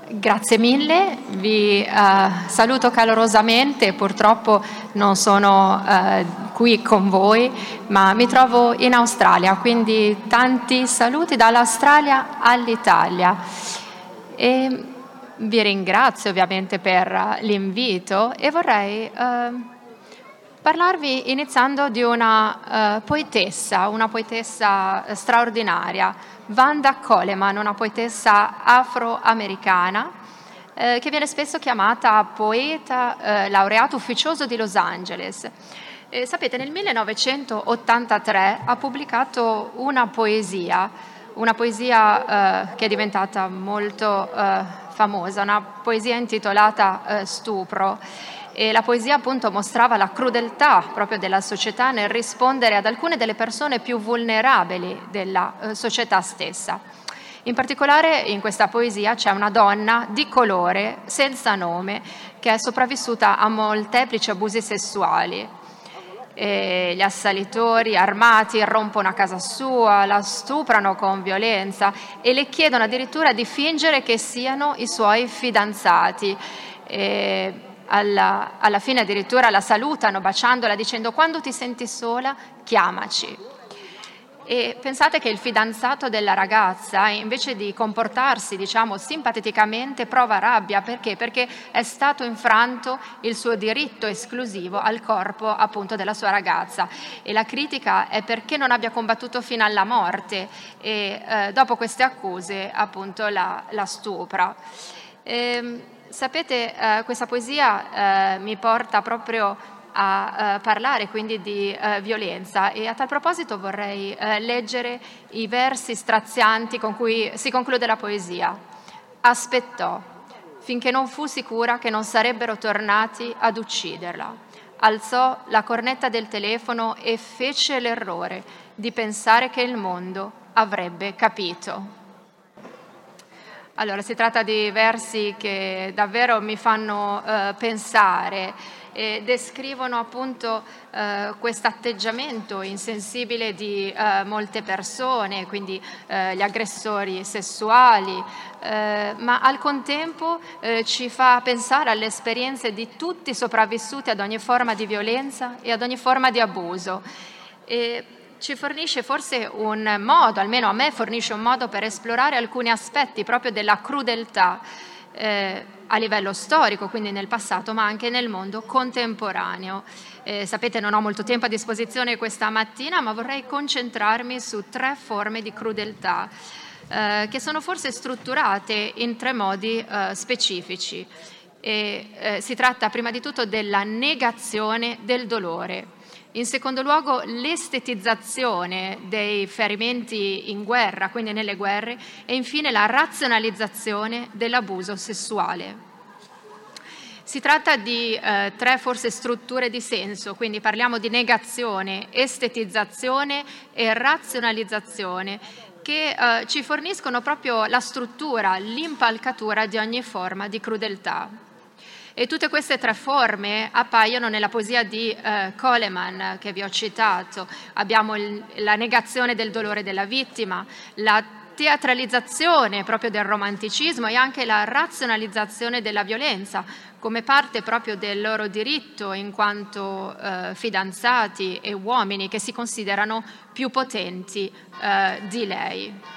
Grazie mille, vi saluto calorosamente, purtroppo non sono qui con voi, ma mi trovo in Australia, quindi tanti saluti dall'Australia all'Italia. E vi ringrazio ovviamente per l'invito e vorrei parlarvi iniziando di una poetessa straordinaria, Wanda Coleman, una poetessa afroamericana che viene spesso chiamata poeta laureato ufficioso di Los Angeles. Sapete, nel 1983 ha pubblicato una poesia che è diventata molto famosa, una poesia intitolata Stupro. E la poesia appunto mostrava la crudeltà proprio della società nel rispondere ad alcune delle persone più vulnerabili della società stessa. In particolare in questa poesia c'è una donna di colore, senza nome, che è sopravvissuta a molteplici abusi sessuali. Gli assalitori armati irrompono a casa sua, la stuprano con violenza e le chiedono addirittura di fingere che siano i suoi fidanzati. Alla fine addirittura la salutano baciandola dicendo: quando ti senti sola chiamaci. E pensate che il fidanzato della ragazza, invece di comportarsi, simpaticamente, prova rabbia. Perché? Perché è stato infranto il suo diritto esclusivo al corpo appunto della sua ragazza. E la critica è perché non abbia combattuto fino alla morte e dopo queste accuse appunto la stupra. Sapete, questa poesia mi porta proprio a parlare quindi di violenza e a tal proposito vorrei leggere i versi strazianti con cui si conclude la poesia. Aspettò, finché non fu sicura che non sarebbero tornati ad ucciderla. Alzò la cornetta del telefono e fece l'errore di pensare che il mondo avrebbe capito. Allora, si tratta di versi che davvero mi fanno pensare e descrivono appunto questo atteggiamento insensibile di molte persone, quindi gli aggressori sessuali, ma al contempo ci fa pensare alle esperienze di tutti i sopravvissuti ad ogni forma di violenza e ad ogni forma di abuso. E ci fornisce forse un modo, almeno a me fornisce un modo per esplorare alcuni aspetti proprio della crudeltà a livello storico, quindi nel passato, ma anche nel mondo contemporaneo. Sapete, non ho molto tempo a disposizione questa mattina, ma vorrei concentrarmi su 3 forme di crudeltà che sono forse strutturate in 3 modi specifici. Si tratta prima di tutto della negazione del dolore. In secondo luogo, l'estetizzazione dei ferimenti in guerra, quindi nelle guerre, e infine la razionalizzazione dell'abuso sessuale. Si tratta di 3 forse strutture di senso, quindi parliamo di negazione, estetizzazione e razionalizzazione, che ci forniscono proprio la struttura, l'impalcatura di ogni forma di crudeltà. E tutte queste 3 forme appaiono nella poesia di Coleman che vi ho citato. Abbiamo la negazione del dolore della vittima, la teatralizzazione proprio del romanticismo e anche la razionalizzazione della violenza come parte proprio del loro diritto in quanto fidanzati e uomini che si considerano più potenti di lei.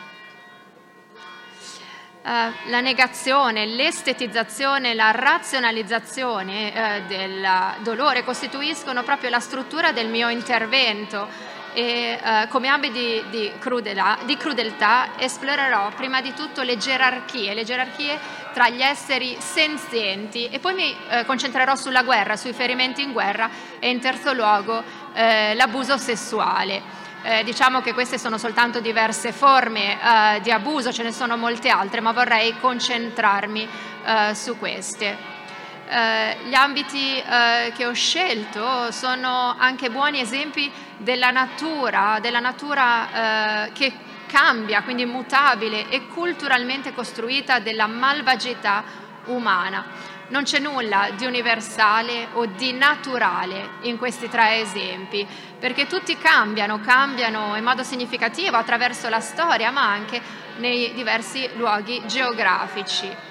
La negazione, l'estetizzazione, la razionalizzazione del dolore costituiscono proprio la struttura del mio intervento e come ambiti di crudeltà esplorerò prima di tutto le gerarchie tra gli esseri senzienti e poi mi concentrerò sulla guerra, sui ferimenti in guerra e in terzo luogo l'abuso sessuale. Diciamo che queste sono soltanto diverse forme di abuso, ce ne sono molte altre, ma vorrei concentrarmi su queste. Gli ambiti che ho scelto sono anche buoni esempi della natura che cambia, quindi mutabile e culturalmente costruita della malvagità umana. Non c'è nulla di universale o di naturale in questi 3 esempi, perché tutti cambiano in modo significativo attraverso la storia, ma anche nei diversi luoghi geografici.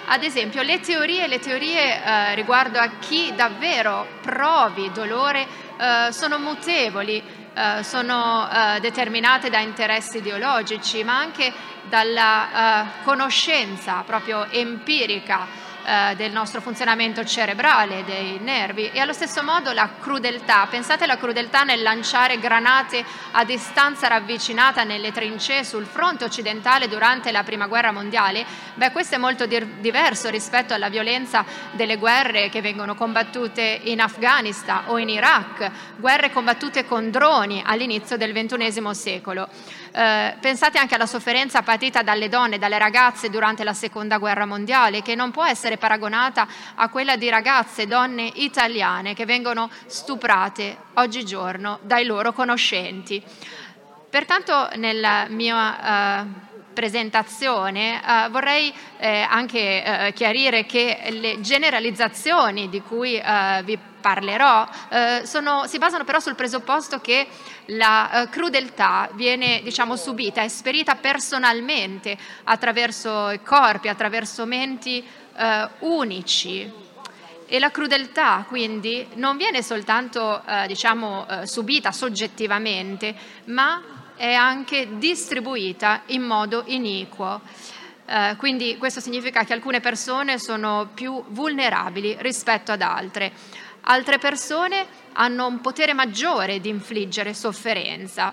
Ad esempio, le teorie riguardo a chi davvero provi dolore sono mutevoli, sono determinate da interessi ideologici, ma anche dalla conoscenza proprio empirica del nostro funzionamento cerebrale, dei nervi. E allo stesso modo la crudeltà, pensate alla crudeltà nel lanciare granate a distanza ravvicinata nelle trincee sul fronte occidentale durante la Prima Guerra Mondiale. Questo è molto diverso rispetto alla violenza delle guerre che vengono combattute in Afghanistan o in Iraq, guerre combattute con droni all'inizio del XXI secolo. Pensate anche alla sofferenza patita dalle donne, dalle ragazze durante la Seconda Guerra Mondiale, che non può essere paragonata a quella di ragazze, donne italiane che vengono stuprate oggigiorno dai loro conoscenti. Pertanto nella mia presentazione vorrei anche chiarire che le generalizzazioni di cui vi parlerò si basano però sul presupposto che la crudeltà viene, subita, esperita personalmente attraverso i corpi, attraverso menti unici. E la crudeltà quindi non viene soltanto subita soggettivamente, ma è anche distribuita in modo iniquo. Quindi questo significa che alcune persone sono più vulnerabili rispetto ad altre. Altre persone hanno un potere maggiore di infliggere sofferenza.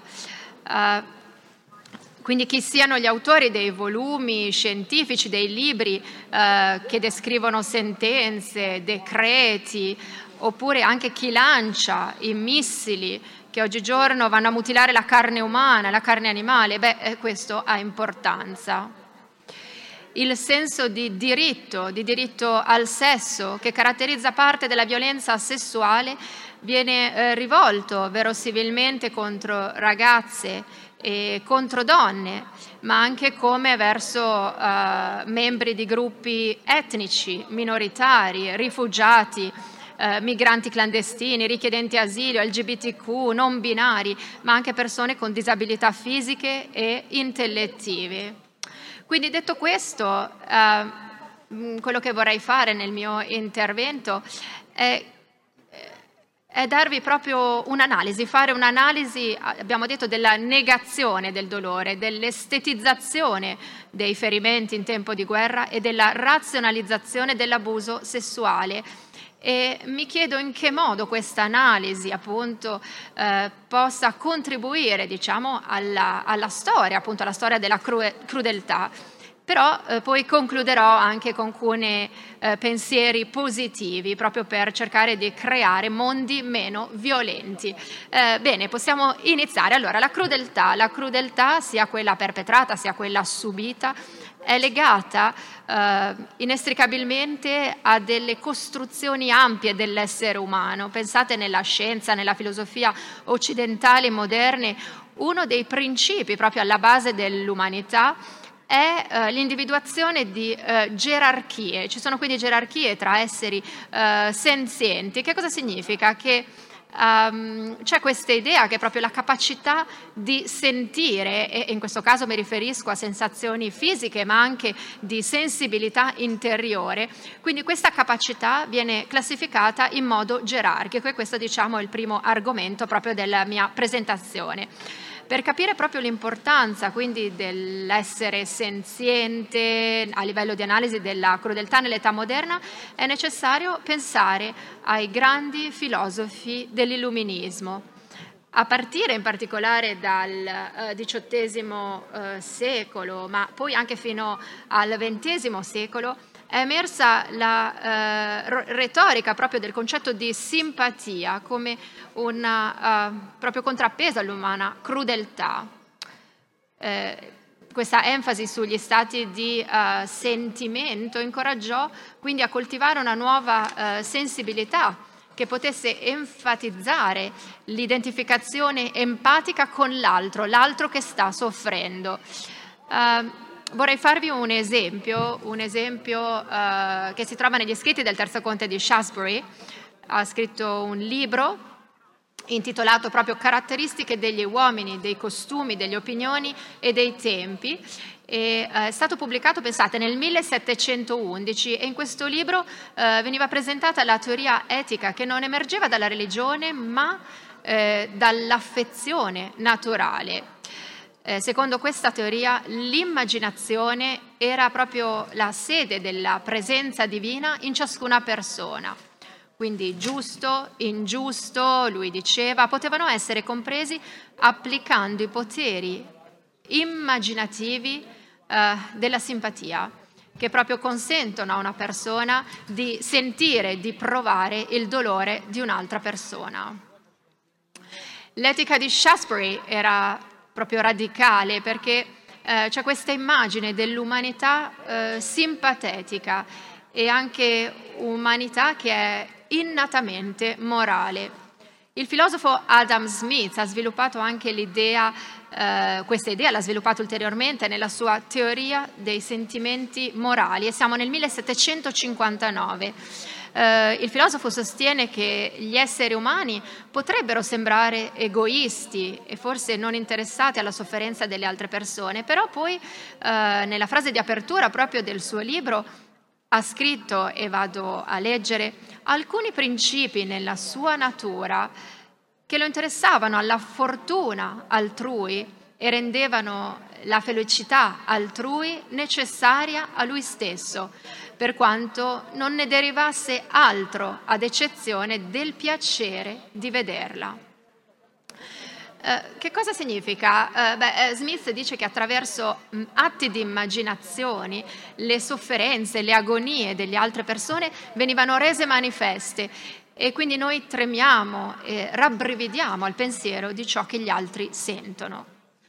Quindi chi siano gli autori dei volumi scientifici, dei libri che descrivono sentenze, decreti, oppure anche chi lancia i missili che oggigiorno vanno a mutilare la carne umana, la carne animale, questo ha importanza. Il senso di diritto al sesso, che caratterizza parte della violenza sessuale, viene rivolto verosimilmente contro ragazze e contro donne, ma anche come verso membri di gruppi etnici, minoritari, rifugiati, migranti clandestini, richiedenti asilo, LGBTQ, non binari, ma anche persone con disabilità fisiche e intellettive. Quindi detto questo, quello che vorrei fare nel mio intervento è darvi proprio un'analisi, fare un'analisi, abbiamo detto, della negazione del dolore, dell'estetizzazione dei ferimenti in tempo di guerra e della razionalizzazione dell'abuso sessuale. E mi chiedo in che modo questa analisi appunto possa contribuire alla storia, appunto alla storia della crudeltà. Però poi concluderò anche con alcuni pensieri positivi proprio per cercare di creare mondi meno violenti. Bene, possiamo iniziare. Allora, la crudeltà, sia quella perpetrata sia quella subita, è legata inestricabilmente a delle costruzioni ampie dell'essere umano. Pensate nella scienza, nella filosofia occidentale moderne, uno dei principi proprio alla base dell'umanità è l'individuazione di gerarchie. Ci sono quindi gerarchie tra esseri senzienti. Che cosa significa? Che c'è questa idea che è proprio la capacità di sentire, e in questo caso mi riferisco a sensazioni fisiche ma anche di sensibilità interiore, quindi questa capacità viene classificata in modo gerarchico e questo è il primo argomento proprio della mia presentazione. Per capire proprio l'importanza quindi dell'essere senziente a livello di analisi della crudeltà nell'età moderna è necessario pensare ai grandi filosofi dell'illuminismo. A partire in particolare dal XVIII secolo, ma poi anche fino al XX secolo, è emersa la retorica proprio del concetto di simpatia come una proprio contrappeso all'umana crudeltà. Questa enfasi sugli stati di sentimento incoraggiò quindi a coltivare una nuova sensibilità che potesse enfatizzare l'identificazione empatica con l'altro che sta soffrendo. Vorrei farvi un esempio che si trova negli scritti del terzo conte di Shaftesbury. Ha scritto un libro intitolato proprio Caratteristiche degli uomini, dei costumi, delle opinioni e dei tempi. È stato pubblicato, pensate, nel 1711 e in questo libro veniva presentata la teoria etica che non emergeva dalla religione ma dall'affezione naturale. Secondo questa teoria l'immaginazione era proprio la sede della presenza divina in ciascuna persona. Quindi giusto, ingiusto, lui diceva, potevano essere compresi applicando i poteri immaginativi della simpatia, che proprio consentono a una persona di sentire, di provare il dolore di un'altra persona. L'etica di Shaftesbury era proprio radicale perché c'è questa immagine dell'umanità simpatetica e anche umanità che è innatamente morale. Il filosofo Adam Smith ha sviluppato anche questa idea l'ha sviluppata ulteriormente nella sua teoria dei sentimenti morali e siamo nel 1759. Il filosofo sostiene che gli esseri umani potrebbero sembrare egoisti e forse non interessati alla sofferenza delle altre persone, però poi nella frase di apertura proprio del suo libro ha scritto, e vado a leggere, alcuni principi nella sua natura che lo interessavano alla fortuna altrui e rendevano la felicità altrui necessaria a lui stesso, per quanto non ne derivasse altro ad eccezione del piacere di vederla. Che cosa significa? Smith dice che attraverso atti di immaginazione le sofferenze, le agonie delle altre persone venivano rese manifeste e quindi noi tremiamo e rabbrividiamo al pensiero di ciò che gli altri sentono.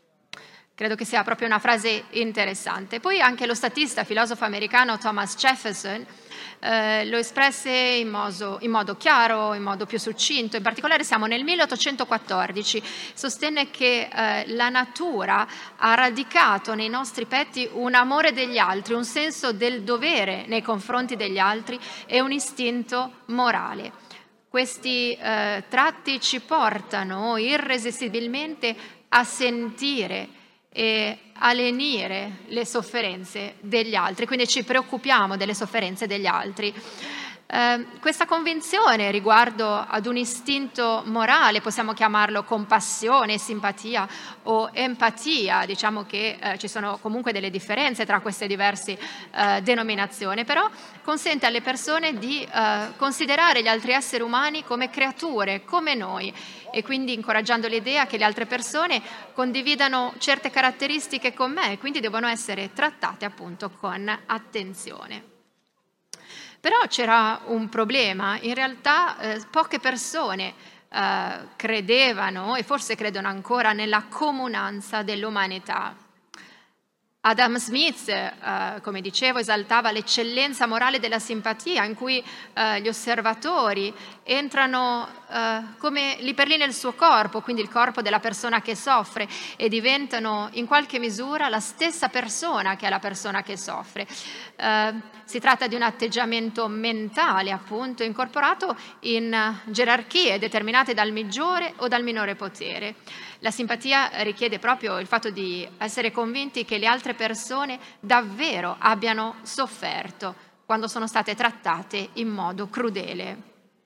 Credo che sia proprio una frase interessante. Poi anche lo statista, filosofo americano Thomas Jefferson lo espresse in modo chiaro, in modo più succinto. In particolare siamo nel 1814. Sostenne che la natura ha radicato nei nostri petti un amore degli altri, un senso del dovere nei confronti degli altri e un istinto morale. Questi tratti ci portano irresistibilmente a sentire e a lenire le sofferenze degli altri, quindi ci preoccupiamo delle sofferenze degli altri. Questa convinzione riguardo ad un istinto morale, possiamo chiamarlo compassione, simpatia o empatia, diciamo che ci sono comunque delle differenze tra queste diverse denominazioni, però consente alle persone di considerare gli altri esseri umani come creature, come noi, e quindi incoraggiando l'idea che le altre persone condividano certe caratteristiche con me e quindi devono essere trattate appunto con attenzione. Però c'era un problema, in realtà poche persone credevano e forse credono ancora nella comunanza dell'umanità. Adam Smith, come dicevo, esaltava l'eccellenza morale della simpatia in cui gli osservatori entrano come lì per lì nel suo corpo, quindi il corpo della persona che soffre, e diventano in qualche misura la stessa persona che è la persona che soffre. Si tratta di un atteggiamento mentale, appunto, incorporato in gerarchie determinate dal maggiore o dal minore potere. La simpatia richiede proprio il fatto di essere convinti che le altre persone davvero abbiano sofferto quando sono state trattate in modo crudele.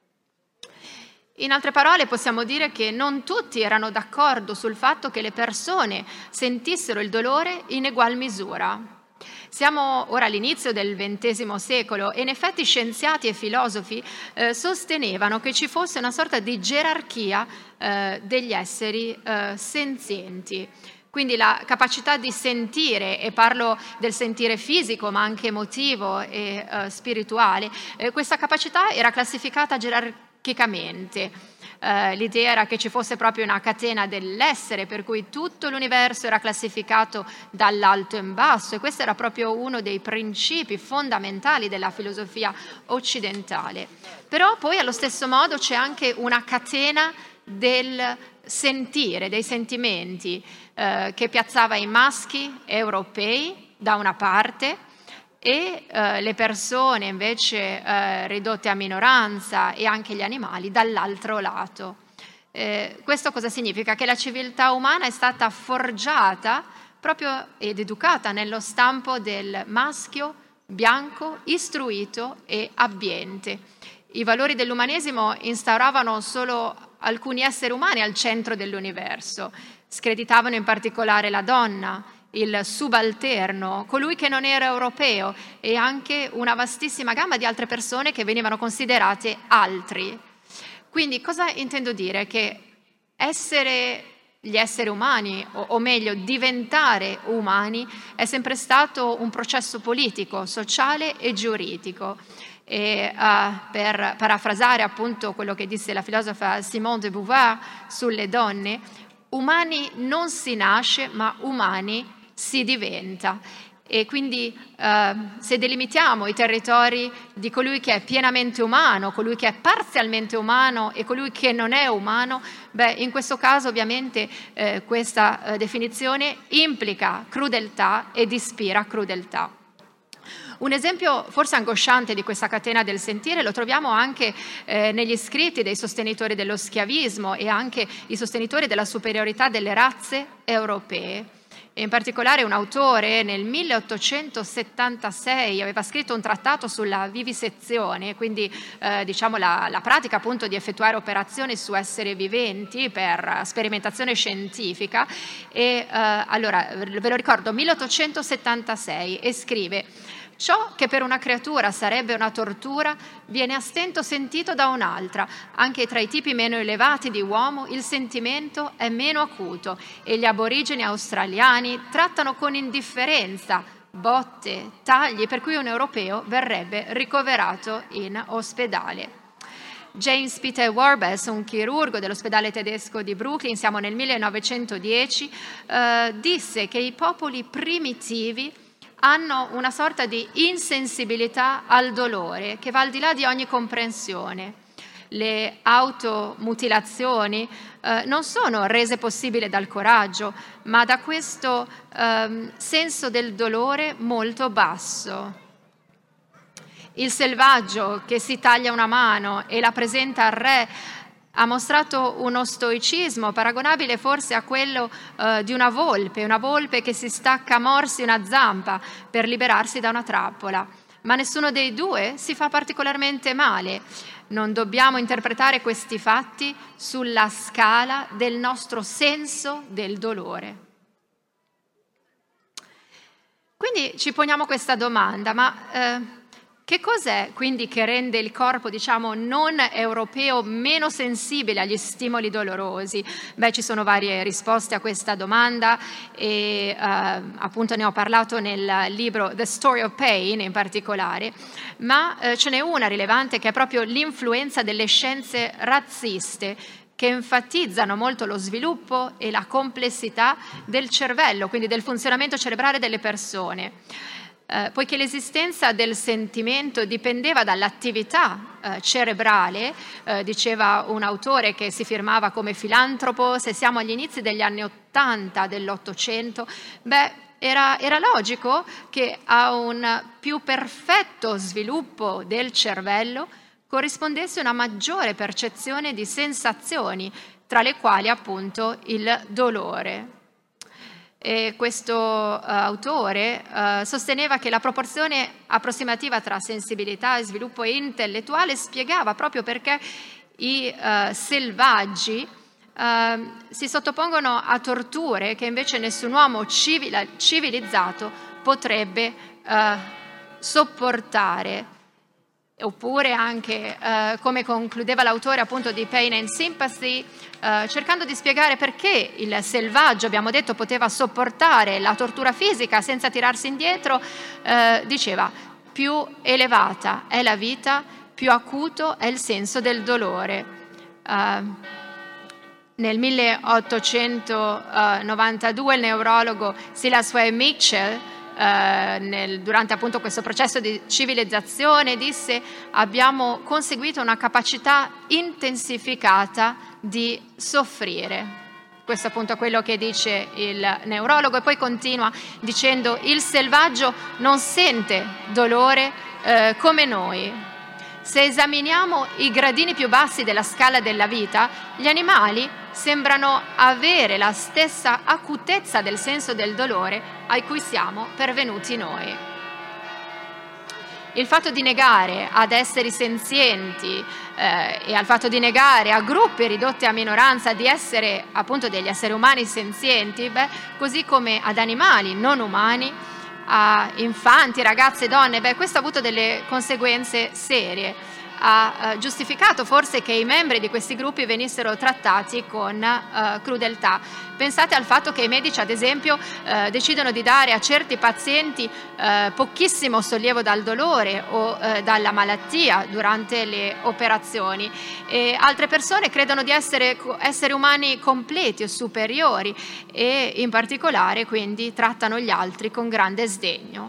In altre parole possiamo dire che non tutti erano d'accordo sul fatto che le persone sentissero il dolore in egual misura. Siamo ora all'inizio del XX secolo e in effetti scienziati e filosofi sostenevano che ci fosse una sorta di gerarchia degli esseri senzienti. Quindi la capacità di sentire, e parlo del sentire fisico ma anche emotivo e spirituale, questa capacità era classificata gerarchicamente. L'idea era che ci fosse proprio una catena dell'essere, per cui tutto l'universo era classificato dall'alto in basso, e questo era proprio uno dei principi fondamentali della filosofia occidentale. Però poi allo stesso modo c'è anche una catena del sentire, dei sentimenti, che piazzava i maschi europei da una parte e le persone invece ridotte a minoranza e anche gli animali dall'altro lato. Questo cosa significa? Che la civiltà umana è stata forgiata proprio ed educata nello stampo del maschio bianco, istruito e abbiente. I valori dell'umanesimo instauravano solo alcuni esseri umani al centro dell'universo, screditavano in particolare la donna, il subalterno, colui che non era europeo e anche una vastissima gamma di altre persone che venivano considerate altri. Quindi cosa intendo dire? Che gli esseri umani, o meglio diventare umani, è sempre stato un processo politico, sociale e giuridico. E per parafrasare appunto quello che disse la filosofa Simone de Beauvoir sulle donne, umani non si nasce, ma umani si diventa. E quindi se delimitiamo i territori di colui che è pienamente umano, colui che è parzialmente umano e colui che non è umano, in questo caso ovviamente questa definizione implica crudeltà ed ispira crudeltà. Un esempio forse angosciante di questa catena del sentire lo troviamo anche negli scritti dei sostenitori dello schiavismo e anche i sostenitori della superiorità delle razze europee. In particolare un autore nel 1876 aveva scritto un trattato sulla vivisezione, quindi diciamo la pratica appunto di effettuare operazioni su esseri viventi per sperimentazione scientifica e allora ve lo ricordo 1876 e scrive: ciò che per una creatura sarebbe una tortura viene a stento sentito da un'altra. Anche tra i tipi meno elevati di uomo il sentimento è meno acuto e gli aborigeni australiani trattano con indifferenza botte, tagli per cui un europeo verrebbe ricoverato in ospedale. James Peter Warbes, un chirurgo dell'ospedale tedesco di Brooklyn, siamo nel 1910, disse che i popoli primitivi hanno una sorta di insensibilità al dolore che va al di là di ogni comprensione. Le automutilazioni non sono rese possibili dal coraggio, ma da questo senso del dolore molto basso. Il selvaggio che si taglia una mano e la presenta al re ha mostrato uno stoicismo paragonabile forse a quello di una volpe che si stacca a morsi una zampa per liberarsi da una trappola. Ma nessuno dei due si fa particolarmente male. Non dobbiamo interpretare questi fatti sulla scala del nostro senso del dolore. Quindi ci poniamo questa domanda, ma che cos'è quindi che rende il corpo, diciamo, non europeo meno sensibile agli stimoli dolorosi? Ci sono varie risposte a questa domanda e appunto ne ho parlato nel libro The Story of Pain in particolare, ma ce n'è una rilevante che è proprio l'influenza delle scienze razziste che enfatizzano molto lo sviluppo e la complessità del cervello, quindi del funzionamento cerebrale delle persone. Poiché l'esistenza del sentimento dipendeva dall'attività cerebrale, diceva un autore che si firmava come filantropo, se siamo agli inizi degli anni '80 dell'Ottocento, era logico che a un più perfetto sviluppo del cervello corrispondesse una maggiore percezione di sensazioni, tra le quali appunto il dolore. E questo autore sosteneva che la proporzione approssimativa tra sensibilità e sviluppo intellettuale spiegava proprio perché i selvaggi si sottopongono a torture che invece nessun uomo civilizzato potrebbe sopportare. Oppure anche, come concludeva l'autore appunto di Pain and Sympathy, cercando di spiegare perché il selvaggio, abbiamo detto, poteva sopportare la tortura fisica senza tirarsi indietro, diceva: più elevata è la vita, più acuto è il senso del dolore. Nel 1892 il neurologo Silas Wade Mitchell, durante appunto questo processo di civilizzazione, disse: abbiamo conseguito una capacità intensificata di soffrire. Questo appunto è quello che dice il neurologo, e poi continua dicendo: il selvaggio non sente dolore come noi. Se esaminiamo i gradini più bassi della scala della vita, gli animali sembrano avere la stessa acutezza del senso del dolore a cui siamo pervenuti noi. Il fatto di negare ad esseri senzienti e al fatto di negare a gruppi ridotti a minoranza di essere appunto degli esseri umani senzienti, così come ad animali non umani, a infanti, ragazze, donne, questo ha avuto delle conseguenze serie. Ha giustificato forse che i membri di questi gruppi venissero trattati con crudeltà. Pensate al fatto che i medici, ad esempio, decidono di dare a certi pazienti pochissimo sollievo dal dolore o dalla malattia durante le operazioni, e altre persone credono di essere esseri umani completi o superiori e in particolare quindi trattano gli altri con grande sdegno.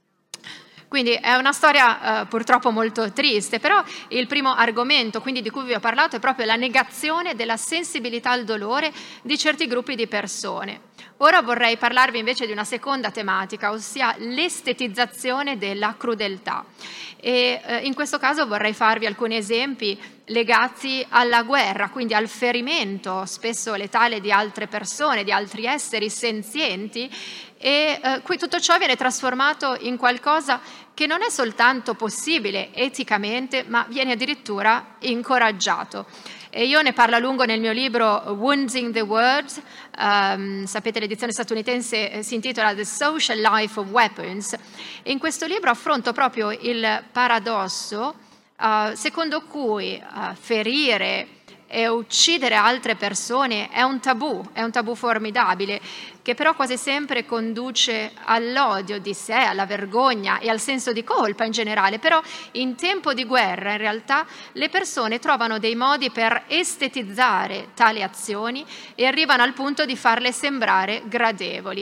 Quindi è una storia purtroppo molto triste, però il primo argomento quindi di cui vi ho parlato è proprio la negazione della sensibilità al dolore di certi gruppi di persone. Ora vorrei parlarvi invece di una seconda tematica, ossia l'estetizzazione della crudeltà. E in questo caso vorrei farvi alcuni esempi legati alla guerra, quindi al ferimento spesso letale di altre persone, di altri esseri senzienti, e qui tutto ciò viene trasformato in qualcosa che non è soltanto possibile eticamente, ma viene addirittura incoraggiato. E io ne parlo a lungo nel mio libro Wounding the World, sapete l'edizione statunitense si intitola The Social Life of Weapons, e in questo libro affronto proprio il paradosso secondo cui ferire e uccidere altre persone è un tabù formidabile, che però quasi sempre conduce all'odio di sé, alla vergogna e al senso di colpa in generale. Però in tempo di guerra in realtà le persone trovano dei modi per estetizzare tali azioni e arrivano al punto di farle sembrare gradevoli.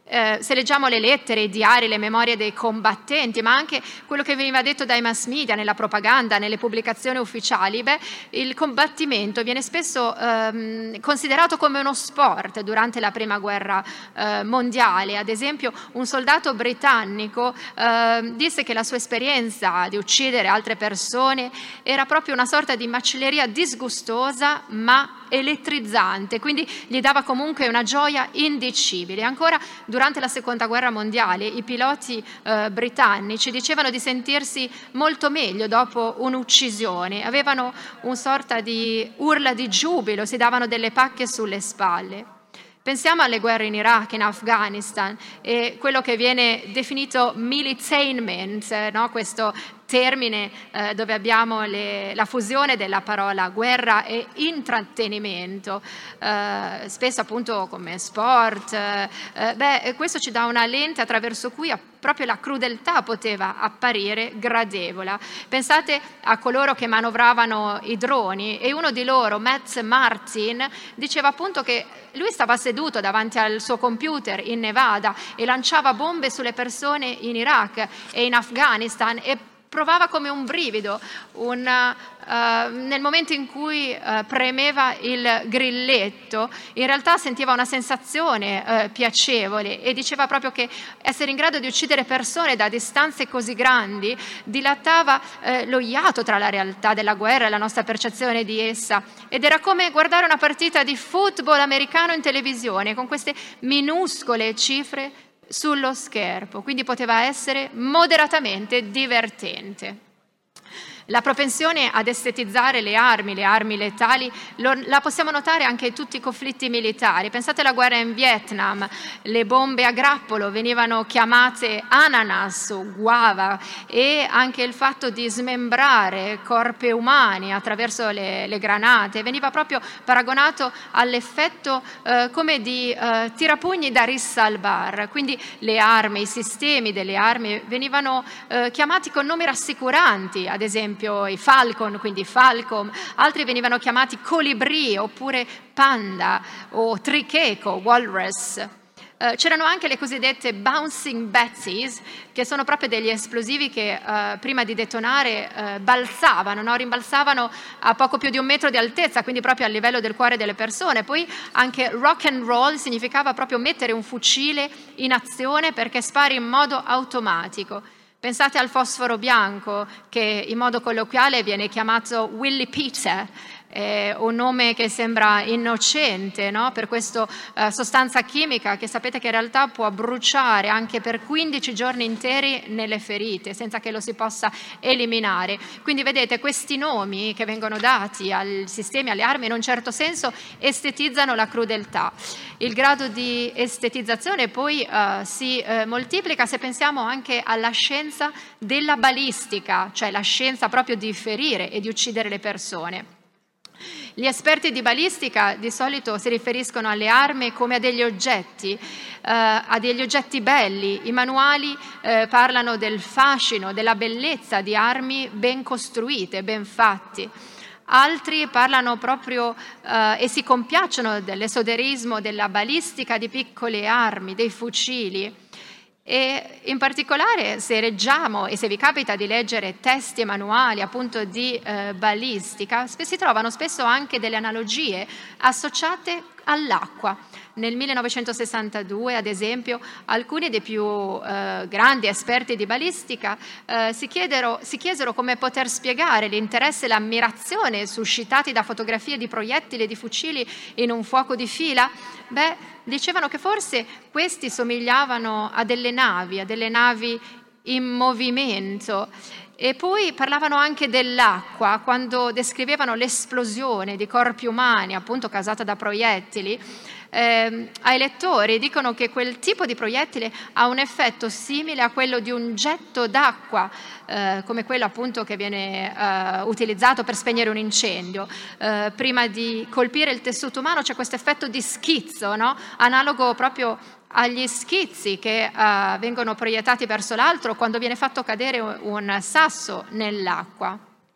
Se leggiamo le lettere, i diari, le memorie dei combattenti, ma anche quello che veniva detto dai mass media, nella propaganda, nelle pubblicazioni ufficiali, il combattimento viene spesso considerato come uno sport durante la prima guerra mondiale. Ad esempio, un soldato britannico disse che la sua esperienza di uccidere altre persone era proprio una sorta di macelleria disgustosa ma elettrizzante, quindi gli dava comunque una gioia indicibile. Ancora, durante la seconda guerra mondiale, i piloti britannici dicevano di sentirsi molto meglio dopo un'uccisione, avevano una sorta di urla di giubilo, si davano delle pacche sulle spalle. Pensiamo alle guerre in Iraq, in Afghanistan, e quello che viene definito militainment, no? Questo termine dove abbiamo la fusione della parola guerra e intrattenimento, spesso appunto come sport. Questo ci dà una lente attraverso cui proprio la crudeltà poteva apparire gradevole. Pensate a coloro che manovravano i droni, e uno di loro, Matt Martin, diceva appunto che lui stava seduto davanti al suo computer in Nevada e lanciava bombe sulle persone in Iraq e in Afghanistan, e provava come un brivido nel momento in cui premeva il grilletto. In realtà sentiva una sensazione piacevole, e diceva proprio che essere in grado di uccidere persone da distanze così grandi dilatava lo iato tra la realtà della guerra e la nostra percezione di essa, ed era come guardare una partita di football americano in televisione con queste minuscole cifre sullo schermo, quindi poteva essere moderatamente divertente. La propensione ad estetizzare le armi letali, la possiamo notare anche in tutti i conflitti militari. Pensate alla guerra in Vietnam, le bombe a grappolo venivano chiamate ananas o guava, e anche il fatto di smembrare corpi umani attraverso le granate veniva proprio paragonato all'effetto come di tirapugni da rissa al bar. Quindi le armi, i sistemi delle armi venivano chiamati con nomi rassicuranti, ad esempio i Falcon, quindi Falcom, altri venivano chiamati colibrì oppure panda o tricheco, walrus. C'erano anche le cosiddette bouncing Betsy's, che sono proprio degli esplosivi che prima di detonare balzavano, no? Rimbalzavano a poco più di 1 metro di altezza, quindi proprio a livello del cuore delle persone. Poi anche rock and roll significava proprio mettere un fucile in azione perché spari in modo automatico. Pensate al fosforo bianco, che in modo colloquiale viene chiamato Willy Peter, un nome che sembra innocente, no? Per questa sostanza chimica che sapete che in realtà può bruciare anche per 15 giorni interi nelle ferite senza che lo si possa eliminare. Quindi vedete, questi nomi che vengono dati ai sistemi, alle armi, in un certo senso estetizzano la crudeltà. Il grado di estetizzazione poi si moltiplica se pensiamo anche alla scienza della balistica, cioè la scienza proprio di ferire e di uccidere le persone. Gli esperti di balistica di solito si riferiscono alle armi come a degli oggetti belli. I manuali parlano del fascino, della bellezza di armi ben costruite, ben fatti. Altri parlano proprio e si compiacciono dell'esoterismo, della balistica di piccole armi, dei fucili. E in particolare se leggiamo e se vi capita di leggere testi e manuali appunto di balistica, si trovano spesso anche delle analogie associate all'acqua. Nel 1962, ad esempio, alcuni dei più grandi esperti di balistica si chiesero come poter spiegare l'interesse e l'ammirazione suscitati da fotografie di proiettili e di fucili in un fuoco di fila. Dicevano che forse questi somigliavano a delle navi in movimento. E poi parlavano anche dell'acqua, quando descrivevano l'esplosione di corpi umani, appunto causata da proiettili. Ai lettori dicono che quel tipo di proiettile ha un effetto simile a quello di un getto d'acqua, come quello appunto che viene utilizzato per spegnere un incendio. Prima di colpire il tessuto umano c'è questo effetto di schizzo, no? Analogo proprio agli schizzi che vengono proiettati verso l'altro quando viene fatto cadere un sasso nell'acqua.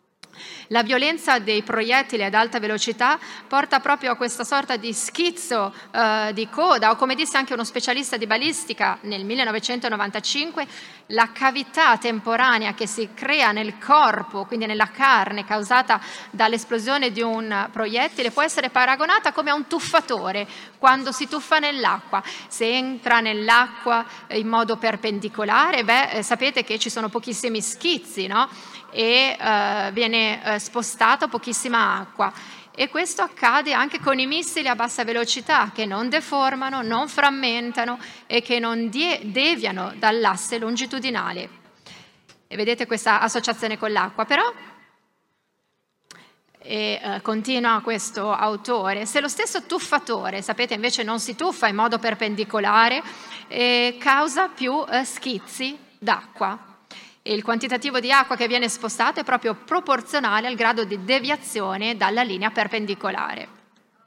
La violenza dei proiettili ad alta velocità porta proprio a questa sorta di schizzo di coda, o come disse anche uno specialista di balistica nel 1995, la cavità temporanea che si crea nel corpo, quindi nella carne, causata dall'esplosione di un proiettile, può essere paragonata come a un tuffatore quando si tuffa nell'acqua. Se entra nell'acqua in modo perpendicolare, sapete che ci sono pochissimi schizzi, no? E viene spostata pochissima acqua. E questo accade anche con i missili a bassa velocità, che non deformano, non frammentano e che non deviano dall'asse longitudinale. E vedete questa associazione con l'acqua, però, continua questo autore, se lo stesso tuffatore, sapete, invece non si tuffa in modo perpendicolare, causa più schizzi d'acqua. E il quantitativo di acqua che viene spostato è proprio proporzionale al grado di deviazione dalla linea perpendicolare.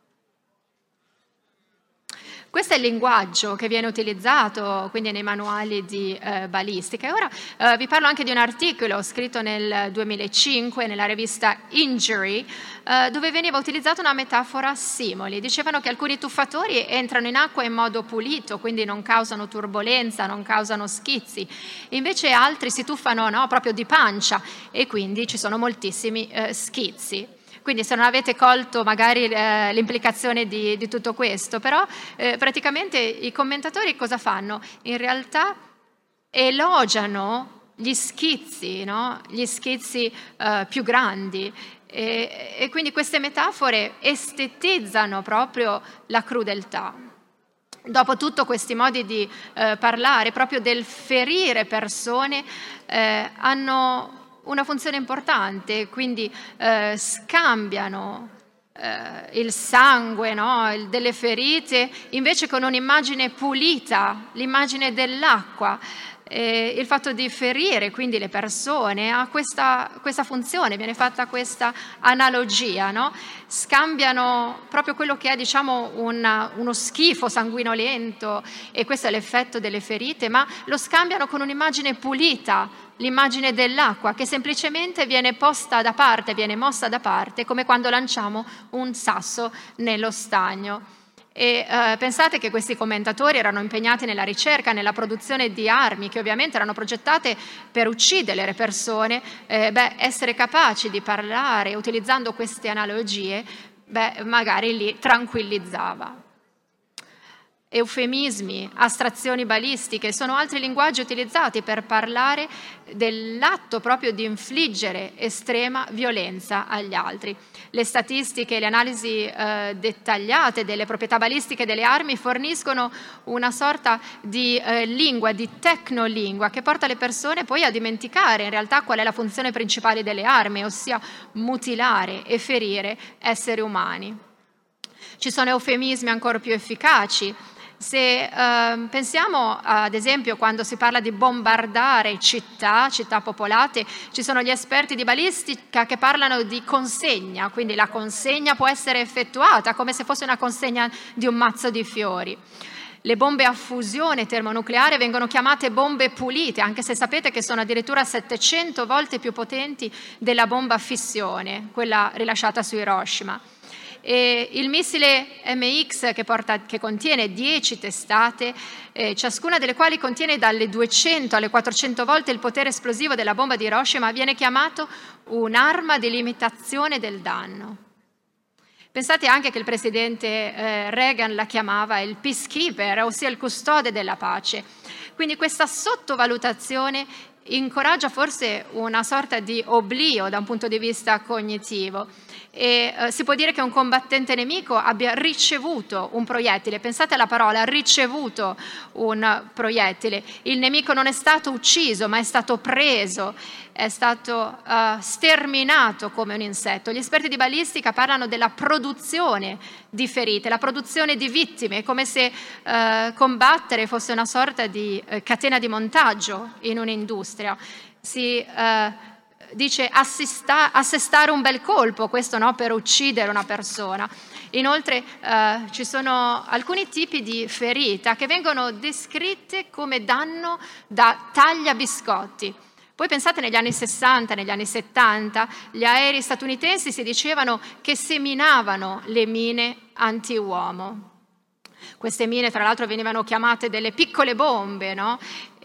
Questo è il linguaggio che viene utilizzato quindi nei manuali di balistica. E ora vi parlo anche di un articolo scritto nel 2005 nella rivista Injury, dove veniva utilizzata una metafora simile. Dicevano che alcuni tuffatori entrano in acqua in modo pulito, quindi non causano turbolenza, non causano schizzi. Invece altri si tuffano, no, proprio di pancia e quindi ci sono moltissimi schizzi. Quindi se non avete colto magari l'implicazione di tutto questo, però praticamente i commentatori cosa fanno? In realtà elogiano gli schizzi, no? Gli schizzi più grandi e quindi queste metafore estetizzano proprio la crudeltà. Dopo tutto questi modi di parlare proprio del ferire persone hanno una funzione importante, quindi scambiano il sangue, no? Delle ferite, invece con un'immagine pulita, l'immagine dell'acqua. Il fatto di ferire quindi le persone ha questa funzione, viene fatta questa analogia, no? Scambiano proprio quello che è, diciamo, uno schifo sanguinolento, e questo è l'effetto delle ferite, ma lo scambiano con un'immagine pulita, l'immagine dell'acqua, che semplicemente viene posta da parte, viene mossa da parte, come quando lanciamo un sasso nello stagno. E pensate che questi commentatori erano impegnati nella ricerca, nella produzione di armi che ovviamente erano progettate per uccidere le persone. Essere capaci di parlare utilizzando queste analogie, magari li tranquillizzava. Eufemismi, astrazioni balistiche sono altri linguaggi utilizzati per parlare dell'atto proprio di infliggere estrema violenza agli altri. Le statistiche e le analisi dettagliate delle proprietà balistiche delle armi forniscono una sorta di lingua, di tecnolingua, che porta le persone poi a dimenticare in realtà qual è la funzione principale delle armi, ossia mutilare e ferire esseri umani. Ci sono eufemismi ancora più efficaci. Se pensiamo ad esempio quando si parla di bombardare città popolate, ci sono gli esperti di balistica che parlano di consegna, quindi la consegna può essere effettuata come se fosse una consegna di un mazzo di fiori. Le bombe a fusione termonucleare vengono chiamate bombe pulite, anche se sapete che sono addirittura 700 volte più potenti della bomba a fissione, quella rilasciata su Hiroshima. E il missile MX che contiene 10 testate, ciascuna delle quali contiene dalle 200 alle 400 volte il potere esplosivo della bomba di Hiroshima, viene chiamato un'arma di limitazione del danno. Pensate anche che il presidente Reagan la chiamava il peacekeeper, ossia il custode della pace. Quindi questa sottovalutazione incoraggia forse una sorta di oblio da un punto di vista cognitivo. E si può dire che un combattente nemico abbia ricevuto un proiettile. Pensate alla parola ricevuto un proiettile. Il nemico non è stato ucciso, ma è stato preso, è stato sterminato come un insetto. Gli esperti di balistica parlano della produzione di ferite, la produzione di vittime, come se combattere fosse una sorta di catena di montaggio in un'industria. Si dice assestare un bel colpo, questo no, per uccidere una persona. Inoltre ci sono alcuni tipi di ferita che vengono descritte come danno da tagliabiscotti. Poi pensate negli anni 60, negli anni 70, gli aerei statunitensi si dicevano che seminavano le mine anti-uomo. Queste mine, tra l'altro, venivano chiamate delle piccole bombe, no?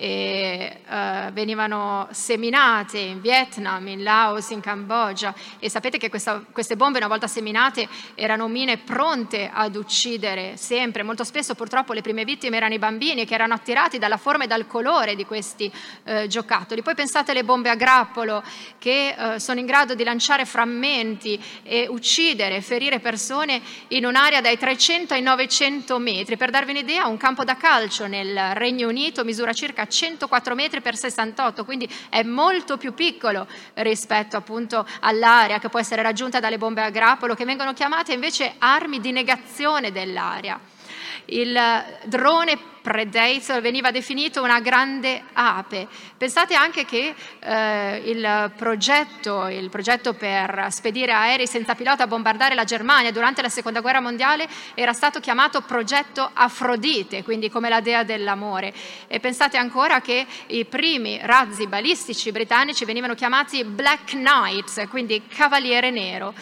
E venivano seminate in Vietnam, in Laos, in Cambogia. E sapete che queste bombe, una volta seminate, erano mine pronte ad uccidere sempre. Molto spesso, purtroppo, le prime vittime erano i bambini che erano attirati dalla forma e dal colore di questi giocattoli. Poi pensate alle bombe a grappolo che sono in grado di lanciare frammenti e uccidere, ferire persone in un'area dai 300 ai 900 metri. Per darvi un'idea, un campo da calcio nel Regno Unito misura circa 104 metri per 68, quindi è molto più piccolo rispetto appunto all'area che può essere raggiunta dalle bombe a grappolo, che vengono chiamate invece armi di negazione dell'area. Il drone Predator veniva definito una grande ape. Pensate anche che il progetto per spedire aerei senza pilota a bombardare la Germania durante la Seconda Guerra Mondiale era stato chiamato progetto Afrodite, quindi come la dea dell'amore. E pensate ancora che i primi razzi balistici britannici venivano chiamati Black Knights, quindi cavaliere nero.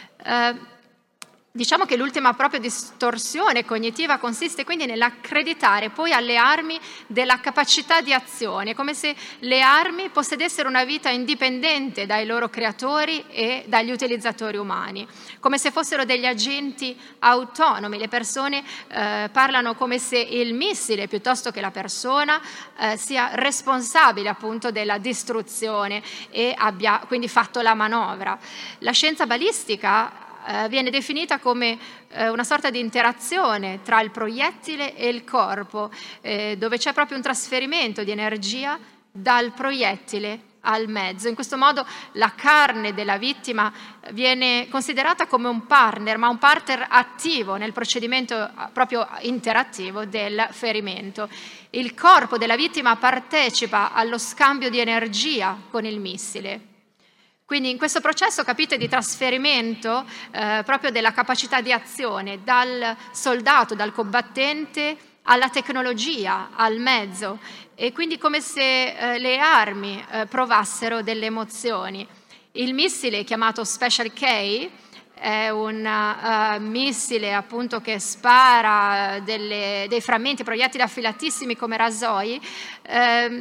Diciamo che l'ultima proprio distorsione cognitiva consiste quindi nell'accreditare poi alle armi della capacità di azione, come se le armi possedessero una vita indipendente dai loro creatori e dagli utilizzatori umani, come se fossero degli agenti autonomi. Le persone parlano come se il missile, piuttosto che la persona, sia responsabile appunto della distruzione e abbia quindi fatto la manovra. La scienza balistica viene definita come una sorta di interazione tra il proiettile e il corpo, dove c'è proprio un trasferimento di energia dal proiettile al mezzo. In questo modo la carne della vittima viene considerata come un partner, ma un partner attivo nel procedimento proprio interattivo del ferimento. Il corpo della vittima partecipa allo scambio di energia con il missile. Quindi in questo processo, capite, di trasferimento proprio della capacità di azione dal soldato, dal combattente, alla tecnologia, al mezzo, e quindi come se le armi provassero delle emozioni. Il missile chiamato Special K è un missile appunto che spara dei frammenti, proiettili affilatissimi come rasoi,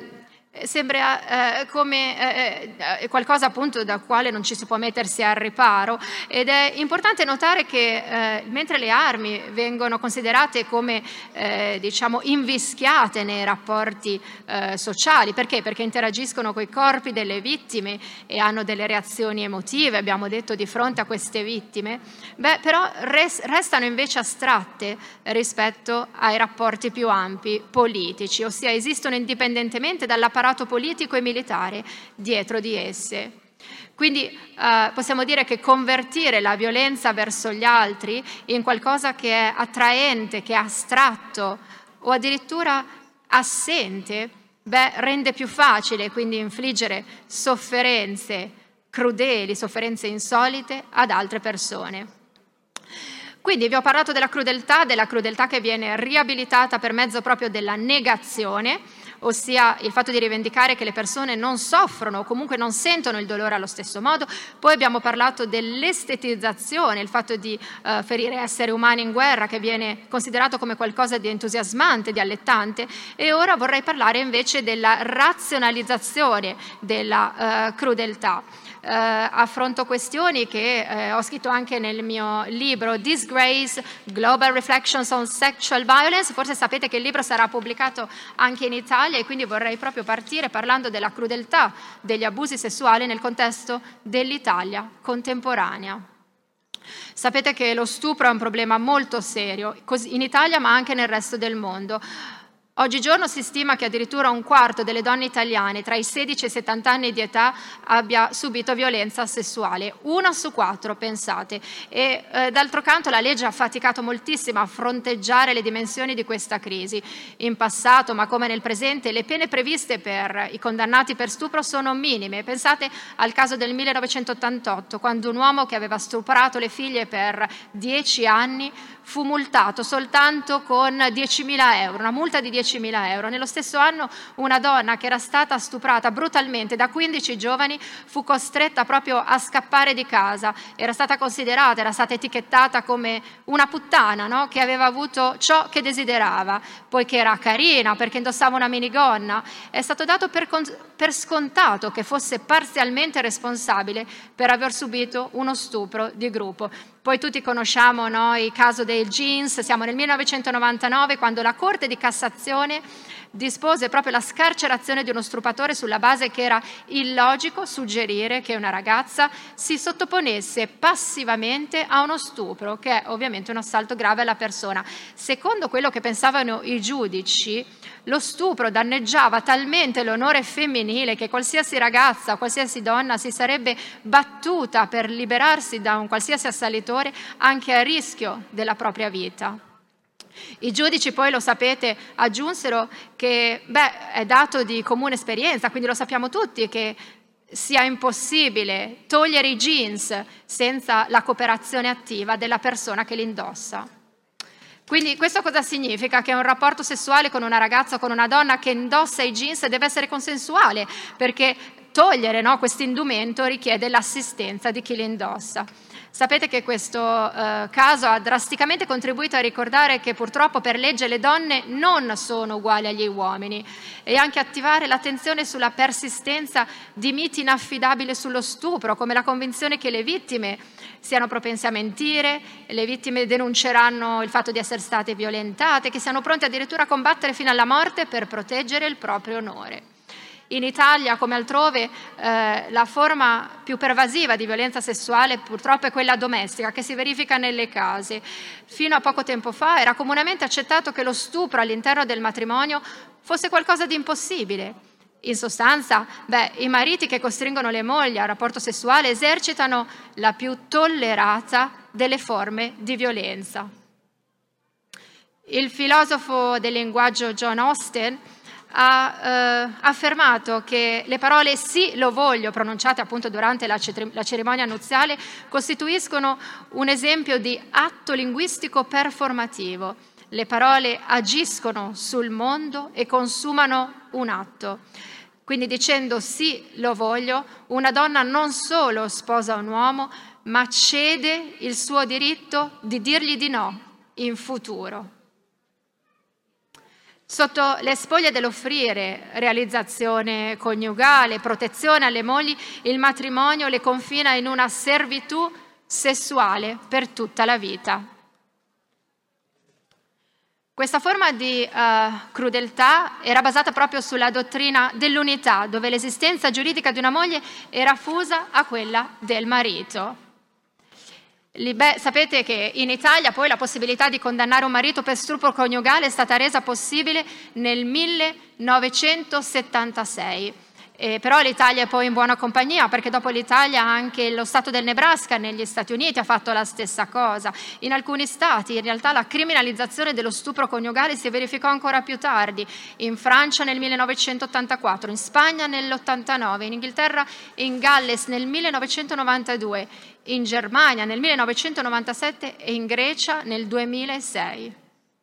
Sembra come qualcosa appunto da quale non ci si può mettersi al riparo, ed è importante notare che mentre le armi vengono considerate come diciamo invischiate nei rapporti sociali, perché? Perché interagiscono con i corpi delle vittime e hanno delle reazioni emotive, abbiamo detto, di fronte a queste vittime, però restano invece astratte rispetto ai rapporti più ampi politici, ossia esistono indipendentemente dall'apparato politico e militare dietro di esse. Quindi possiamo dire che convertire la violenza verso gli altri in qualcosa che è attraente, che è astratto o addirittura assente, rende più facile quindi infliggere sofferenze crudeli, sofferenze insolite ad altre persone. Quindi vi ho parlato della crudeltà che viene riabilitata per mezzo proprio della negazione, ossia il fatto di rivendicare che le persone non soffrono o comunque non sentono il dolore allo stesso modo. Poi abbiamo parlato dell'estetizzazione, il fatto di ferire esseri umani in guerra, che viene considerato come qualcosa di entusiasmante, di allettante, e ora vorrei parlare invece della razionalizzazione della crudeltà. Affronto questioni che ho scritto anche nel mio libro Disgrace, Global Reflections on Sexual Violence. Forse sapete che il libro sarà pubblicato anche in Italia, e quindi vorrei proprio partire parlando della crudeltà degli abusi sessuali nel contesto dell'Italia contemporanea. Sapete che lo stupro è un problema molto serio in Italia, ma anche nel resto del mondo. Oggigiorno si stima che addirittura un quarto delle donne italiane tra i 16 e i 70 anni di età abbia subito violenza sessuale, 1 su 4, pensate. E d'altro canto la legge ha faticato moltissimo a fronteggiare le dimensioni di questa crisi. In passato, ma come nel presente, le pene previste per i condannati per stupro sono minime. Pensate al caso del 1988, quando un uomo che aveva stuprato le figlie per 10 anni fu multato soltanto con 10.000 euro, una multa di 10.000 euro. Nello stesso anno una donna che era stata stuprata brutalmente da 15 giovani fu costretta proprio a scappare di casa. Era stata etichettata come una puttana, no? Che aveva avuto ciò che desiderava, poiché era carina, perché indossava una minigonna. È stato dato per scontato che fosse parzialmente responsabile per aver subito uno stupro di gruppo. Poi tutti conosciamo, no, il caso dei jeans. Siamo nel 1999, quando la Corte di Cassazione dispose proprio la scarcerazione di uno stupratore sulla base che era illogico suggerire che una ragazza si sottoponesse passivamente a uno stupro, che è ovviamente un assalto grave alla persona. Secondo quello che pensavano i giudici, lo stupro danneggiava talmente l'onore femminile che qualsiasi ragazza, qualsiasi donna si sarebbe battuta per liberarsi da un qualsiasi assalitore, anche a rischio della propria vita. I giudici poi, lo sapete, aggiunsero che è dato di comune esperienza, quindi lo sappiamo tutti, che sia impossibile togliere i jeans senza la cooperazione attiva della persona che li indossa. Quindi questo cosa significa? Che un rapporto sessuale con una ragazza o con una donna che indossa i jeans deve essere consensuale, perché togliere, no, questo indumento richiede l'assistenza di chi li indossa. Sapete che questo caso ha drasticamente contribuito a ricordare che purtroppo per legge le donne non sono uguali agli uomini, e anche attivare l'attenzione sulla persistenza di miti inaffidabili sullo stupro, come la convinzione che le vittime siano propense a mentire, le vittime denunceranno il fatto di essere state violentate, che siano pronte addirittura a combattere fino alla morte per proteggere il proprio onore. In Italia, come altrove, la forma più pervasiva di violenza sessuale purtroppo è quella domestica, che si verifica nelle case. Fino a poco tempo fa era comunemente accettato che lo stupro all'interno del matrimonio fosse qualcosa di impossibile. In sostanza, i mariti che costringono le mogli al rapporto sessuale esercitano la più tollerata delle forme di violenza. Il filosofo del linguaggio John Austin ha affermato che le parole "sì, lo voglio", pronunciate appunto durante la cerimonia nuziale, costituiscono un esempio di atto linguistico performativo. Le parole agiscono sul mondo e consumano un atto. Quindi dicendo "sì, lo voglio", una donna non solo sposa un uomo, ma cede il suo diritto di dirgli di no in futuro. Sotto le spoglie dell'offrire realizzazione coniugale, protezione alle mogli, il matrimonio le confina in una servitù sessuale per tutta la vita. Questa forma di crudeltà era basata proprio sulla dottrina dell'unità, dove l'esistenza giuridica di una moglie era fusa a quella del marito. Sapete che in Italia poi la possibilità di condannare un marito per stupro coniugale è stata resa possibile nel 1976. Però l'Italia è poi in buona compagnia, perché dopo l'Italia anche lo Stato del Nebraska negli Stati Uniti ha fatto la stessa cosa. In alcuni stati in realtà la criminalizzazione dello stupro coniugale si verificò ancora più tardi, in Francia nel 1984, in Spagna nell'89, in Inghilterra e in Galles nel 1992, in Germania nel 1997 e in Grecia nel 2006.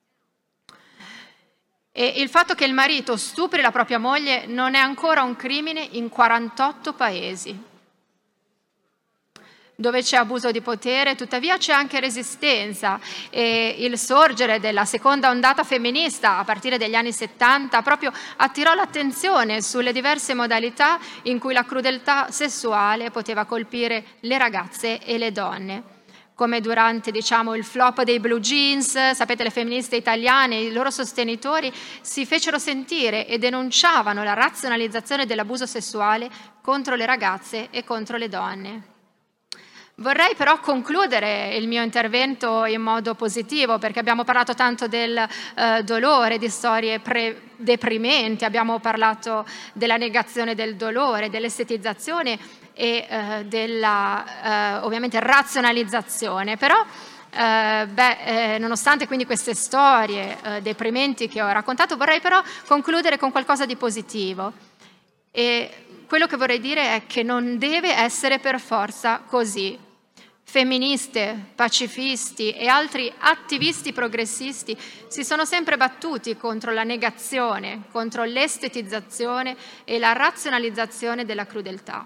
E il fatto che il marito stupri la propria moglie non è ancora un crimine in 48 paesi. Dove c'è abuso di potere, tuttavia c'è anche resistenza, e il sorgere della seconda ondata femminista a partire dagli anni 70 proprio attirò l'attenzione sulle diverse modalità in cui la crudeltà sessuale poteva colpire le ragazze e le donne. Come durante, il flop dei blue jeans, sapete, le femministe italiane, i loro sostenitori si fecero sentire e denunciavano la razionalizzazione dell'abuso sessuale contro le ragazze e contro le donne. Vorrei però concludere il mio intervento in modo positivo, perché abbiamo parlato tanto del dolore, di storie deprimenti, abbiamo parlato della negazione del dolore, dell'estetizzazione e della ovviamente razionalizzazione. Però nonostante quindi queste storie deprimenti che ho raccontato, vorrei però concludere con qualcosa di positivo. E quello che vorrei dire è che non deve essere per forza così. Femministe, pacifisti e altri attivisti progressisti si sono sempre battuti contro la negazione, contro l'estetizzazione e la razionalizzazione della crudeltà.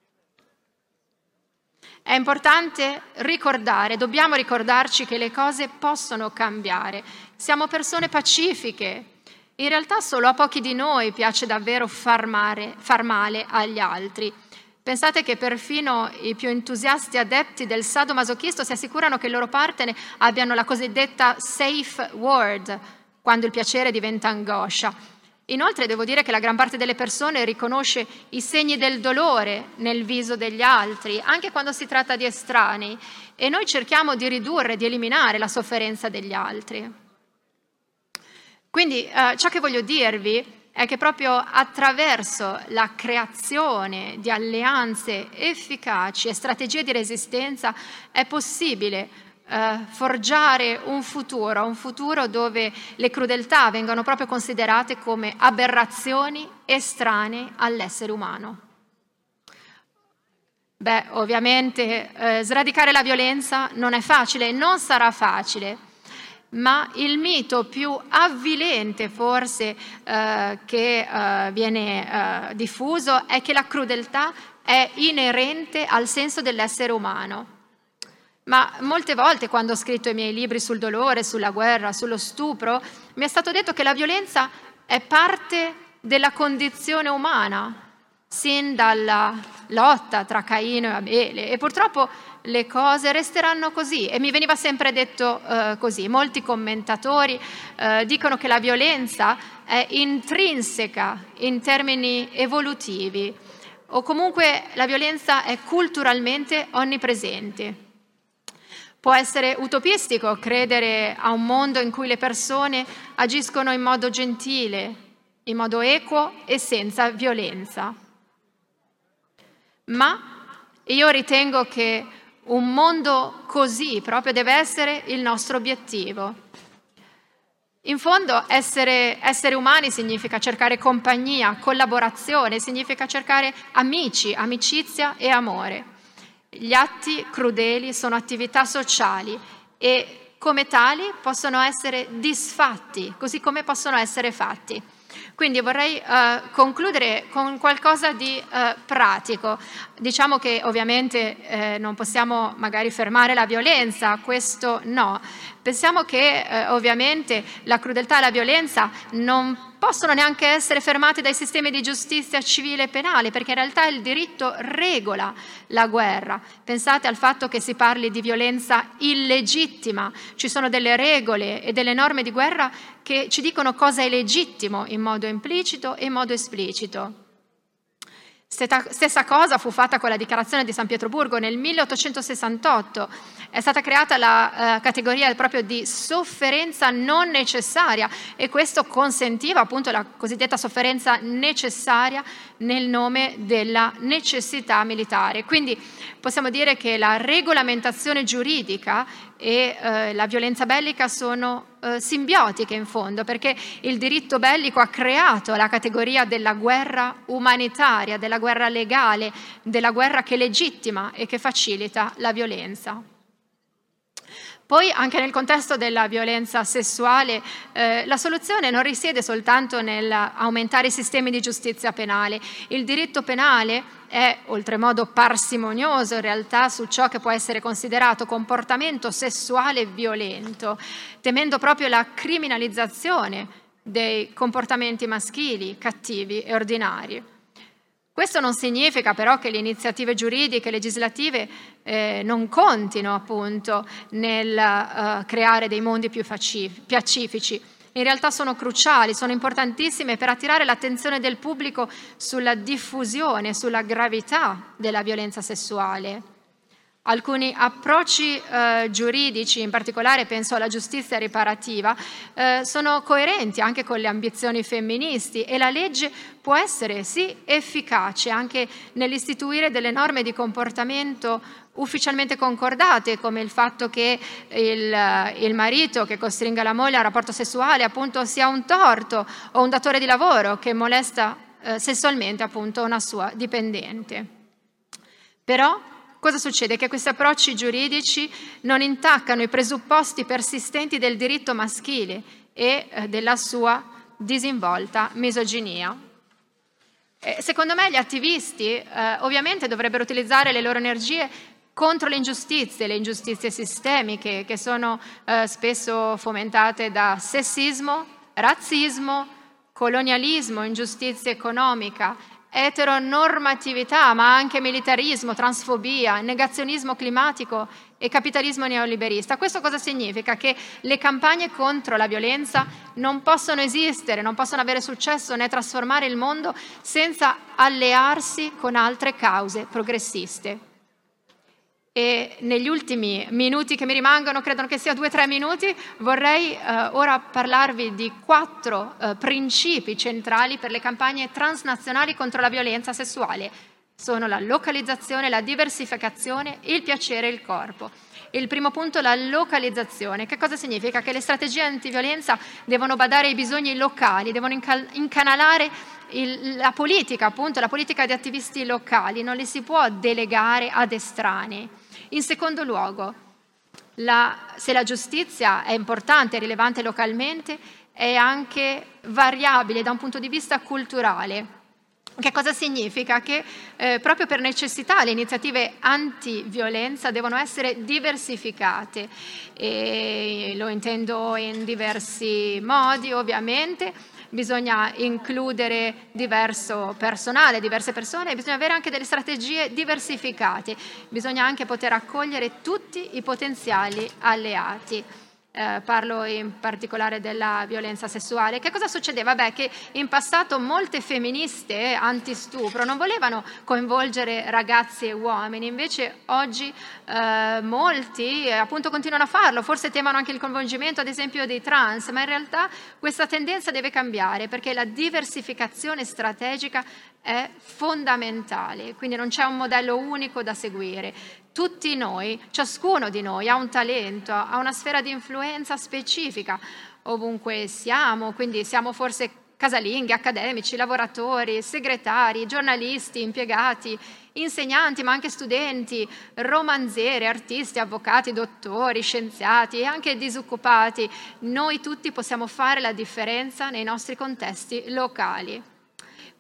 È importante ricordare, dobbiamo ricordarci che le cose possono cambiare. Siamo persone pacifiche. In realtà solo a pochi di noi piace davvero far male agli altri. Pensate che perfino i più entusiasti adepti del sadomasochismo si assicurano che il loro partner abbiano la cosiddetta safe word, quando il piacere diventa angoscia. Inoltre devo dire che la gran parte delle persone riconosce i segni del dolore nel viso degli altri, anche quando si tratta di estranei, e noi cerchiamo di ridurre, di eliminare la sofferenza degli altri. Quindi ciò che voglio dirvi è che proprio attraverso la creazione di alleanze efficaci e strategie di resistenza è possibile forgiare un futuro dove le crudeltà vengono proprio considerate come aberrazioni estranee all'essere umano. Ovviamente sradicare la violenza non è facile, non sarà facile, ma il mito più avvilente forse che viene diffuso è che la crudeltà è inerente al senso dell'essere umano. Ma molte volte, quando ho scritto i miei libri sul dolore, sulla guerra, sullo stupro, mi è stato detto che la violenza è parte della condizione umana, sin dalla lotta tra Caino e Abele, e purtroppo le cose resteranno così, e mi veniva sempre detto così. Molti commentatori dicono che la violenza è intrinseca in termini evolutivi, o comunque la violenza è culturalmente onnipresente. Può essere utopistico credere a un mondo in cui le persone agiscono in modo gentile, in modo equo e senza violenza. Ma io ritengo che un mondo così proprio deve essere il nostro obiettivo. In fondo essere umani significa cercare compagnia, collaborazione, significa cercare amici, amicizia e amore. Gli atti crudeli sono attività sociali e come tali possono essere disfatti, così come possono essere fatti. Quindi vorrei concludere con qualcosa di pratico. Diciamo che ovviamente non possiamo magari fermare la violenza, questo no, Pensiamo che ovviamente la crudeltà e la violenza non possono neanche essere fermate dai sistemi di giustizia civile e penale, perché in realtà il diritto regola la guerra. Pensate al fatto che si parli di violenza illegittima, ci sono delle regole e delle norme di guerra che ci dicono cosa è legittimo in modo implicito e in modo esplicito. Stessa cosa fu fatta con la dichiarazione di San Pietroburgo nel 1868. È stata creata la categoria proprio di sofferenza non necessaria e questo consentiva appunto la cosiddetta sofferenza necessaria nel nome della necessità militare. Quindi possiamo dire che la regolamentazione giuridica e la violenza bellica sono simbiotiche in fondo, perché il diritto bellico ha creato la categoria della guerra umanitaria, della guerra legale, della guerra che legittima e che facilita la violenza. Poi anche nel contesto della violenza sessuale la soluzione non risiede soltanto nell'aumentare i sistemi di giustizia penale. Il diritto penale è oltremodo parsimonioso in realtà su ciò che può essere considerato comportamento sessuale violento, temendo proprio la criminalizzazione dei comportamenti maschili, cattivi e ordinari. Questo non significa però che le iniziative giuridiche e legislative non contino appunto nel creare dei mondi più pacifici. In realtà sono cruciali, sono importantissime per attirare l'attenzione del pubblico sulla diffusione, sulla gravità della violenza sessuale. Alcuni approcci giuridici, in particolare penso alla giustizia riparativa, sono coerenti anche con le ambizioni femministi e la legge può essere sì efficace anche nell'istituire delle norme di comportamento ufficialmente concordate, come il fatto che il marito che costringa la moglie a un rapporto sessuale appunto sia un torto o un datore di lavoro che molesta sessualmente appunto una sua dipendente. Però cosa succede? Che questi approcci giuridici non intaccano i presupposti persistenti del diritto maschile e della sua disinvolta misoginia. Secondo me gli attivisti ovviamente dovrebbero utilizzare le loro energie contro le ingiustizie sistemiche che sono spesso fomentate da sessismo, razzismo, colonialismo, ingiustizia economica, eteronormatività, ma anche militarismo, transfobia, negazionismo climatico e capitalismo neoliberista. Questo cosa significa? Che le campagne contro la violenza non possono esistere, non possono avere successo né trasformare il mondo senza allearsi con altre cause progressiste. E negli ultimi minuti che mi rimangono, credo che sia 2-3 minuti, vorrei ora parlarvi di 4 principi centrali per le campagne transnazionali contro la violenza sessuale. Sono la localizzazione, la diversificazione, il piacere e il corpo. Il primo punto, la localizzazione. Che cosa significa? Che le strategie antiviolenza devono badare ai bisogni locali, devono incanalare la politica, appunto, la politica di attivisti locali, non li si può delegare ad estranei. In secondo luogo, se la giustizia è importante e rilevante localmente, è anche variabile da un punto di vista culturale. Che cosa significa? Che proprio per necessità le iniziative antiviolenza devono essere diversificate. E lo intendo in diversi modi, ovviamente. Bisogna includere diverso personale, diverse persone, bisogna avere anche delle strategie diversificate, bisogna anche poter accogliere tutti i potenziali alleati. Parlo in particolare della violenza sessuale. Che cosa succedeva? Che in passato molte femministe antistupro non volevano coinvolgere ragazzi e uomini, invece oggi molti appunto continuano a farlo, forse temono anche il coinvolgimento ad esempio dei trans, ma in realtà questa tendenza deve cambiare perché la diversificazione strategica è fondamentale, quindi non c'è un modello unico da seguire. Tutti noi, ciascuno di noi ha un talento, ha una sfera di influenza specifica ovunque siamo, quindi siamo forse casalinghi, accademici, lavoratori, segretari, giornalisti, impiegati, insegnanti, ma anche studenti, romanzieri, artisti, avvocati, dottori, scienziati e anche disoccupati. Noi tutti possiamo fare la differenza nei nostri contesti locali.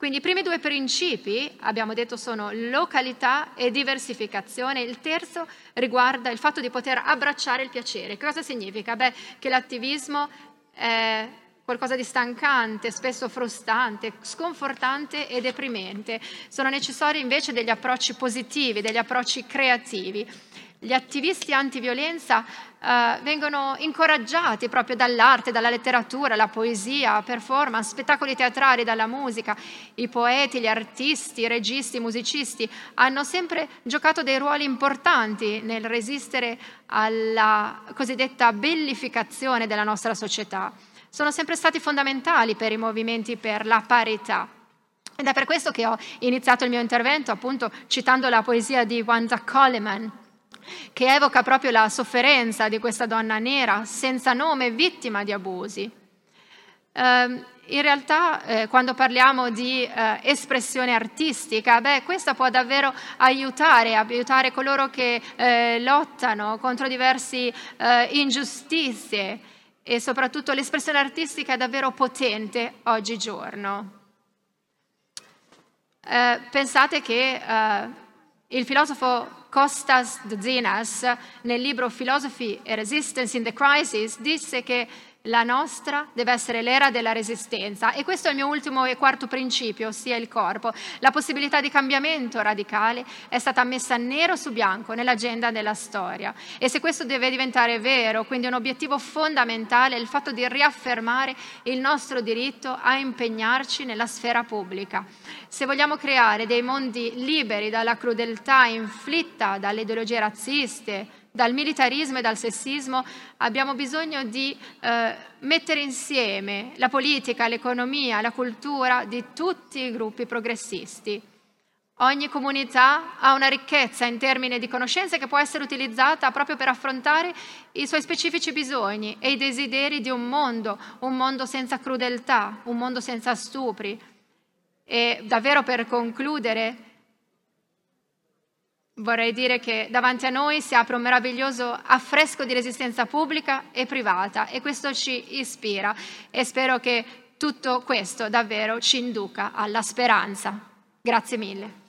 Quindi i primi due principi, abbiamo detto, sono località e diversificazione. Il terzo riguarda il fatto di poter abbracciare il piacere. Cosa significa? Beh, che l'attivismo è qualcosa di stancante, spesso frustrante, sconfortante e deprimente. Sono necessari invece degli approcci positivi, degli approcci creativi. Gli attivisti antiviolenza vengono incoraggiati proprio dall'arte, dalla letteratura, la poesia, performance, spettacoli teatrali, dalla musica. I poeti, gli artisti, i registi, i musicisti hanno sempre giocato dei ruoli importanti nel resistere alla cosiddetta bellificazione della nostra società. Sono sempre stati fondamentali per i movimenti per la parità. Ed è per questo che ho iniziato il mio intervento appunto citando la poesia di Wanda Coleman, che evoca proprio la sofferenza di questa donna nera senza nome, vittima di abusi. In realtà, quando parliamo di espressione artistica, questa può davvero aiutare coloro che lottano contro diverse ingiustizie, e soprattutto l'espressione artistica è davvero potente oggigiorno. Pensate che il filosofo Kostas Dzinas, nel libro Philosophy and Resistance in the Crisis, disse che la nostra deve essere l'era della resistenza. E questo è il mio ultimo e quarto principio, ossia il corpo. La possibilità di cambiamento radicale è stata messa nero su bianco nell'agenda della storia. E se questo deve diventare vero, quindi un obiettivo fondamentale, è il fatto di riaffermare il nostro diritto a impegnarci nella sfera pubblica. Se vogliamo creare dei mondi liberi dalla crudeltà inflitta dalle ideologie razziste, dal militarismo e dal sessismo, abbiamo bisogno di mettere insieme la politica, l'economia, la cultura di tutti i gruppi progressisti. Ogni comunità ha una ricchezza in termini di conoscenze che può essere utilizzata proprio per affrontare i suoi specifici bisogni e i desideri di un mondo senza crudeltà, un mondo senza stupri. E davvero, per concludere, vorrei dire che davanti a noi si apre un meraviglioso affresco di resistenza pubblica e privata, e questo ci ispira, e spero che tutto questo davvero ci induca alla speranza. Grazie mille.